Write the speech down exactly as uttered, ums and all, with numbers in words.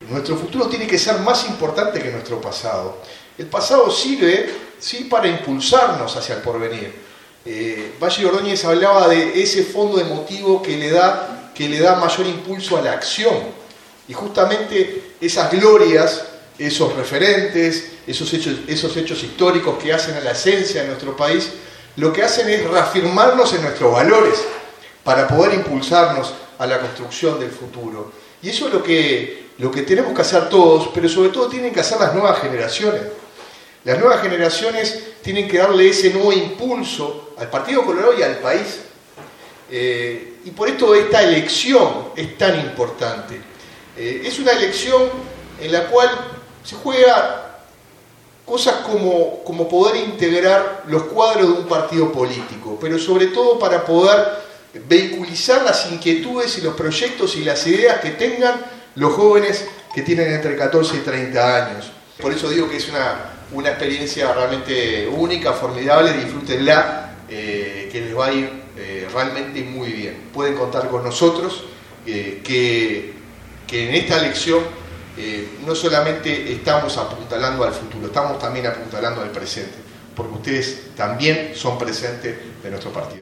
nuestro futuro tiene que ser más importante que nuestro pasado. El pasado sirve, sí, para impulsarnos hacia el porvenir. Eh, Valle Ordóñez hablaba de ese fondo emotivo que le da, que le da mayor impulso a la acción. Y justamente esas glorias, esos referentes, esos hechos, esos hechos históricos que hacen a la esencia de nuestro país, lo que hacen es reafirmarnos en nuestros valores para poder impulsarnos a la construcción del futuro. Y eso es lo que, lo que tenemos que hacer todos, pero sobre todo tienen que hacer las nuevas generaciones. Las nuevas generaciones tienen que darle ese nuevo impulso al Partido Colorado y al país. Eh, y por esto esta elección es tan importante. Eh, es una elección en la cual se juega cosas como, como poder integrar los cuadros de un partido político, pero sobre todo para poder vehiculizar las inquietudes y los proyectos y las ideas que tengan los jóvenes que tienen entre catorce y treinta años. Por eso digo que es una, una experiencia realmente única, formidable, disfrútenla, eh, que les va a ir eh, realmente muy bien. Pueden contar con nosotros, eh, que, que en esta elección eh, no solamente estamos apuntalando al futuro, estamos también apuntalando al presente, porque ustedes también son presentes de nuestro partido.